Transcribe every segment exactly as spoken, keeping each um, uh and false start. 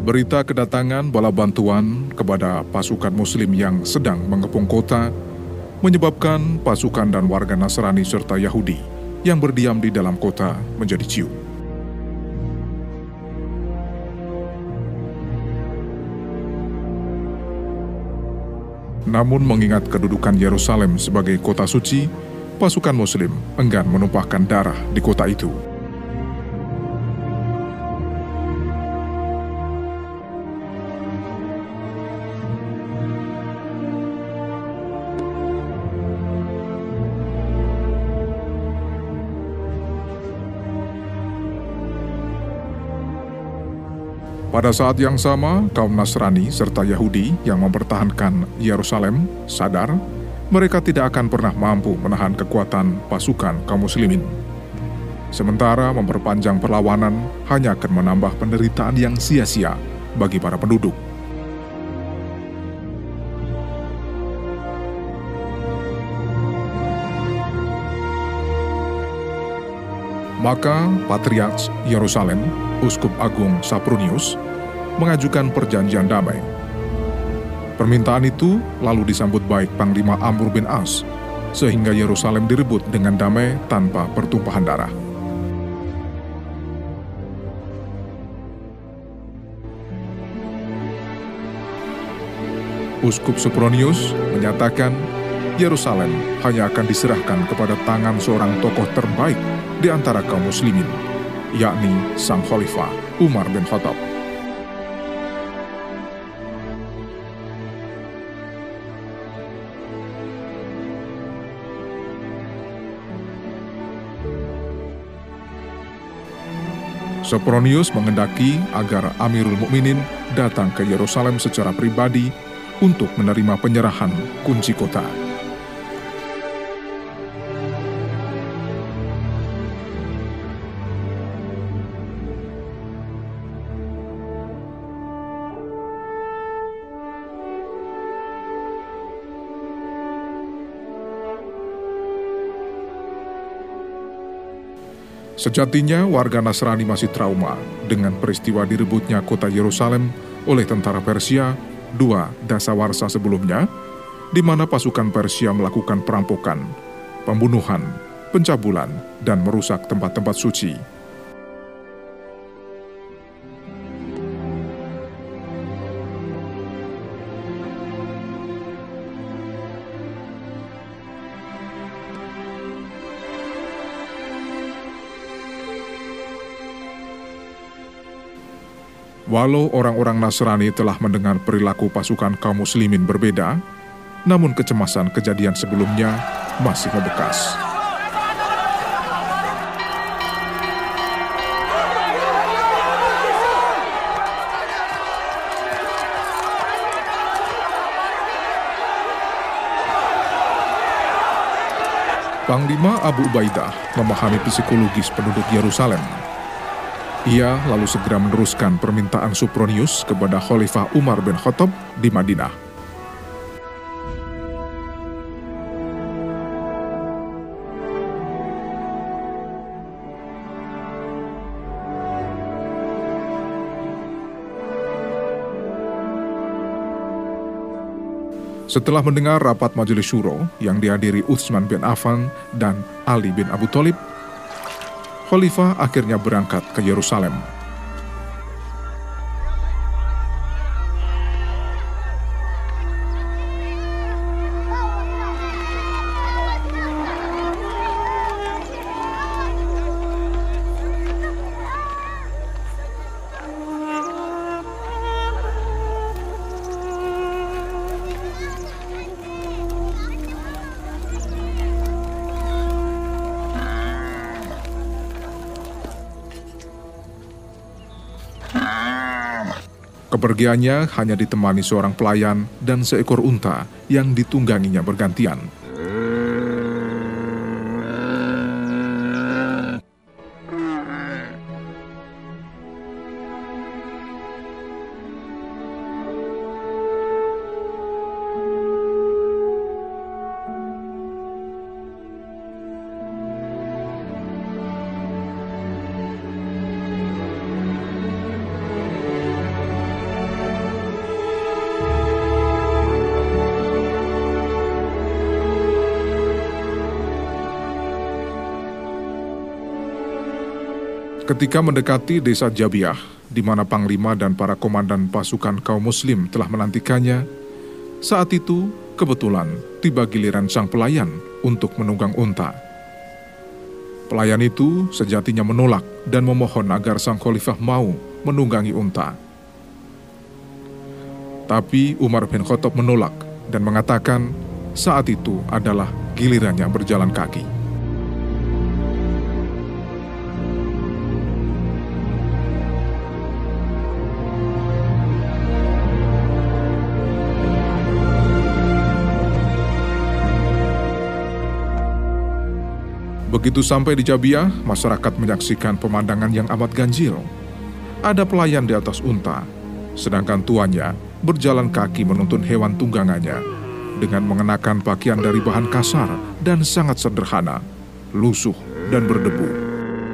Berita kedatangan bala bantuan kepada pasukan Muslim yang sedang mengepung kota menyebabkan pasukan dan warga Nasrani serta Yahudi yang berdiam di dalam kota menjadi ciut. Namun mengingat kedudukan Yerusalem sebagai kota suci, pasukan Muslim enggan menumpahkan darah di kota itu. Pada saat yang sama, kaum Nasrani serta Yahudi yang mempertahankan Yerusalem sadar mereka tidak akan pernah mampu menahan kekuatan pasukan kaum muslimin. Sementara memperpanjang perlawanan hanya akan menambah penderitaan yang sia-sia bagi para penduduk. Maka Patriark Yerusalem, Uskup Agung Sapronius, mengajukan perjanjian damai. Permintaan itu lalu disambut baik Panglima Amr bin As, sehingga Yerusalem direbut dengan damai tanpa pertumpahan darah. Uskup Sopronius menyatakan Yerusalem hanya akan diserahkan kepada tangan seorang tokoh terbaik di antara kaum muslimin, yakni Sang Khalifah Umar bin Khattab. Sopronius mengendaki agar Amirul Mukminin datang ke Yerusalem secara pribadi untuk menerima penyerahan kunci kota. Sejatinya warga Nasrani masih trauma dengan peristiwa direbutnya kota Yerusalem oleh tentara Persia dua dasawarsa sebelumnya, di mana pasukan Persia melakukan perampokan, pembunuhan, pencabulan, dan merusak tempat-tempat suci. Walau orang-orang Nasrani telah mendengar perilaku pasukan kaum muslimin berbeda, namun kecemasan kejadian sebelumnya masih membekas. Panglima Abu Ubaidah memahami psikologis penduduk Yerusalem. Ia lalu segera meneruskan permintaan Sopronius kepada Khalifah Umar bin Khattab di Madinah. Setelah mendengar rapat Majelis Syuro yang dihadiri Utsman bin Affan dan Ali bin Abu Thalib, Khalifah akhirnya berangkat ke Yerusalem. Kepergiannya hanya ditemani seorang pelayan dan seekor unta yang ditungganginya bergantian. Ketika mendekati desa Jabiah, di mana panglima dan para komandan pasukan kaum muslim telah menantikannya, saat itu kebetulan tiba giliran sang pelayan untuk menunggang unta. Pelayan itu sejatinya menolak dan memohon agar sang khalifah mau menunggangi unta. Tapi Umar bin Khattab menolak dan mengatakan saat itu adalah gilirannya berjalan kaki. Begitu sampai di Jabiah, masyarakat menyaksikan pemandangan yang amat ganjil. Ada pelayan di atas unta, sedangkan tuannya berjalan kaki menuntun hewan tunggangannya dengan mengenakan pakaian dari bahan kasar dan sangat sederhana, lusuh dan berdebu.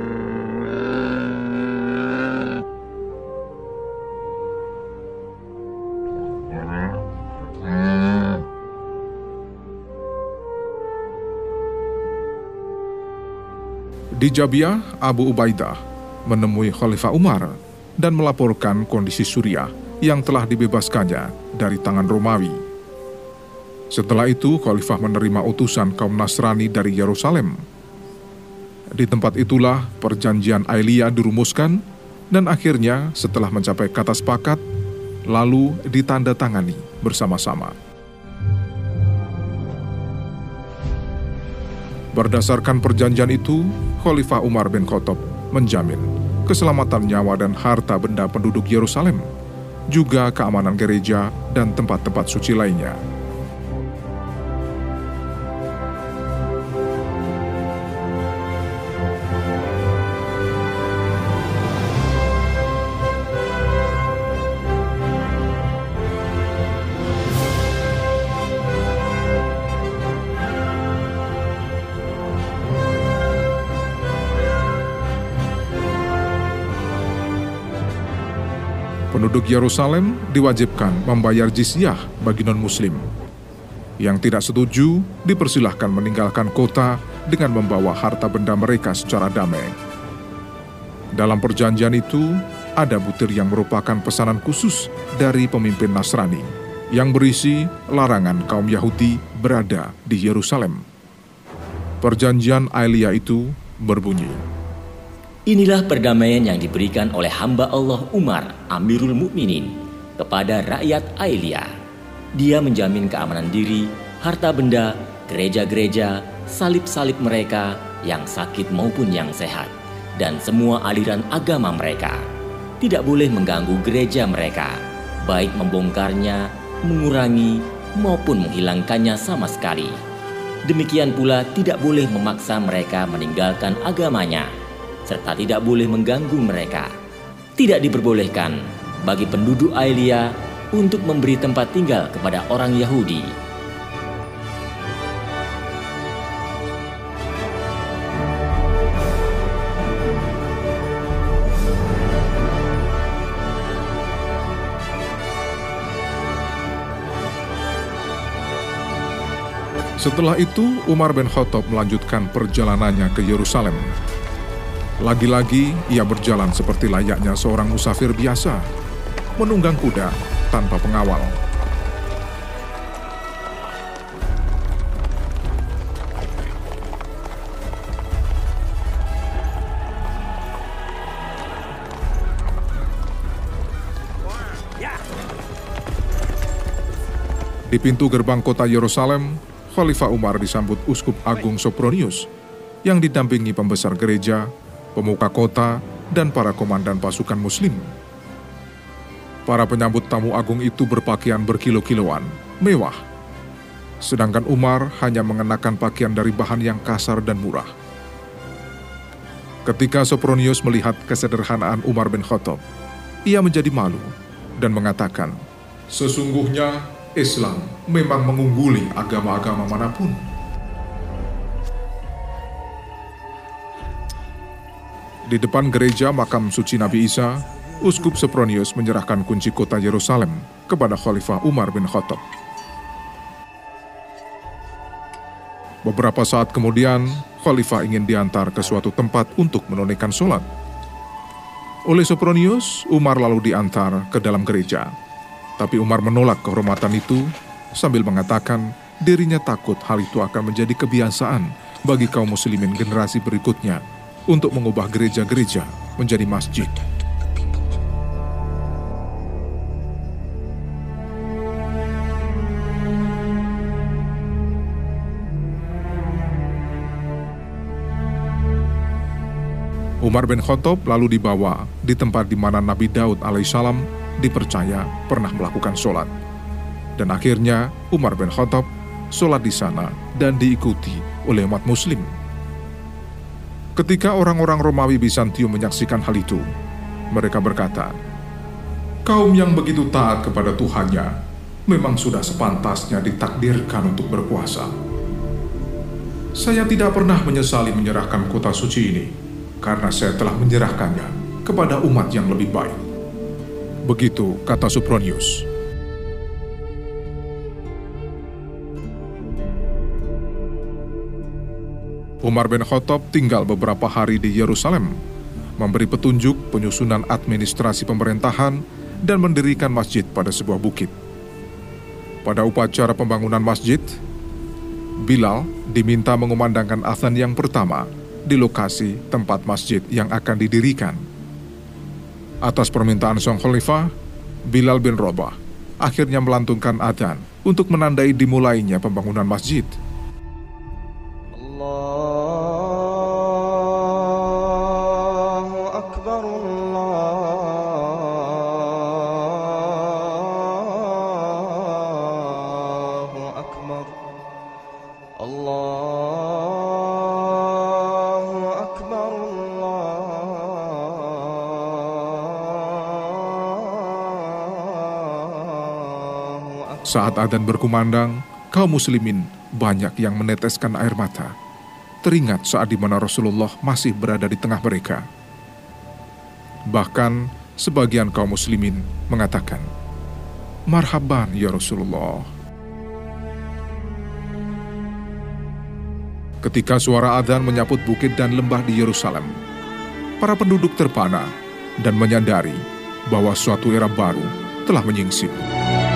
Di Jabiah, Abu Ubaidah menemui Khalifah Umar dan melaporkan kondisi Suriah yang telah dibebaskannya dari tangan Romawi. Setelah itu, Khalifah menerima utusan kaum Nasrani dari Yerusalem. Di tempat itulah perjanjian Ailiyah dirumuskan dan akhirnya setelah mencapai kata sepakat, lalu ditandatangani bersama-sama. Berdasarkan perjanjian itu, Khalifah Umar bin Khattab menjamin keselamatan nyawa dan harta benda penduduk Yerusalem, juga keamanan gereja dan tempat-tempat suci lainnya. Penduduk Yerusalem diwajibkan membayar jizyah bagi non-muslim. Yang tidak setuju dipersilahkan meninggalkan kota dengan membawa harta benda mereka secara damai. Dalam perjanjian itu, ada butir yang merupakan pesanan khusus dari pemimpin Nasrani yang berisi larangan kaum Yahudi berada di Yerusalem. Perjanjian Ailiyah itu berbunyi, inilah perdamaian yang diberikan oleh hamba Allah Umar, Amirul Mukminin, kepada rakyat Ailiyah. Dia menjamin keamanan diri, harta benda, gereja-gereja, salib-salib mereka yang sakit maupun yang sehat, dan semua aliran agama mereka. Tidak boleh mengganggu gereja mereka, baik membongkarnya, mengurangi, maupun menghilangkannya sama sekali. Demikian pula tidak boleh memaksa mereka meninggalkan agamanya, serta tidak boleh mengganggu mereka. Tidak diperbolehkan bagi penduduk Ailiyah untuk memberi tempat tinggal kepada orang Yahudi. Setelah itu, Umar bin Khattab melanjutkan perjalanannya ke Yerusalem. Lagi-lagi ia berjalan seperti layaknya seorang musafir biasa, menunggang kuda tanpa pengawal. Di pintu gerbang kota Yerusalem, Khalifah Umar disambut Uskup Agung Sopronius yang didampingi pembesar gereja, pemuka kota, dan para komandan pasukan muslim. Para penyambut tamu agung itu berpakaian berkilo-kiloan, mewah. Sedangkan Umar hanya mengenakan pakaian dari bahan yang kasar dan murah. Ketika Sopronius melihat kesederhanaan Umar bin Khattab, ia menjadi malu dan mengatakan, "Sesungguhnya Islam memang mengungguli agama-agama manapun." Di depan gereja makam suci Nabi Isa, Uskup Sopronius menyerahkan kunci kota Yerusalem kepada Khalifah Umar bin Khattab. Beberapa saat kemudian, Khalifah ingin diantar ke suatu tempat untuk menunaikan sholat. Oleh Sopronius, Umar lalu diantar ke dalam gereja. Tapi Umar menolak kehormatan itu sambil mengatakan dirinya takut hal itu akan menjadi kebiasaan bagi kaum muslimin generasi berikutnya untuk mengubah gereja-gereja menjadi masjid. Umar bin Khattab lalu dibawa di tempat di mana Nabi Daud alaihissalam dipercaya pernah melakukan sholat. Dan akhirnya Umar bin Khattab sholat di sana dan diikuti oleh umat muslim. Ketika orang-orang Romawi Bizantium menyaksikan hal itu, mereka berkata, "Kaum yang begitu taat kepada Tuhannya memang sudah sepantasnya ditakdirkan untuk berkuasa. Saya tidak pernah menyesali menyerahkan kota suci ini, karena saya telah menyerahkannya kepada umat yang lebih baik." Begitu kata Sopronius. Umar bin Khattab tinggal beberapa hari di Yerusalem, memberi petunjuk penyusunan administrasi pemerintahan dan mendirikan masjid pada sebuah bukit. Pada upacara pembangunan masjid, Bilal diminta mengumandangkan azan yang pertama di lokasi tempat masjid yang akan didirikan. Atas permintaan sang khalifah, Bilal bin Rabah akhirnya melantunkan adzan untuk menandai dimulainya pembangunan masjid. Allahu Akbar, Allahu Akbar, Allahu Akbar, Allahu Akbar. Saat adzan berkumandang, kaum muslimin banyak yang meneteskan air mata, teringat saat di mana Rasulullah masih berada di tengah mereka. Bahkan sebagian kaum muslimin mengatakan, "Marhaban ya Rasulullah." Ketika suara adzan menyaput bukit dan lembah di Yerusalem, para penduduk terpana dan menyadari bahwa suatu era baru telah menyingsing.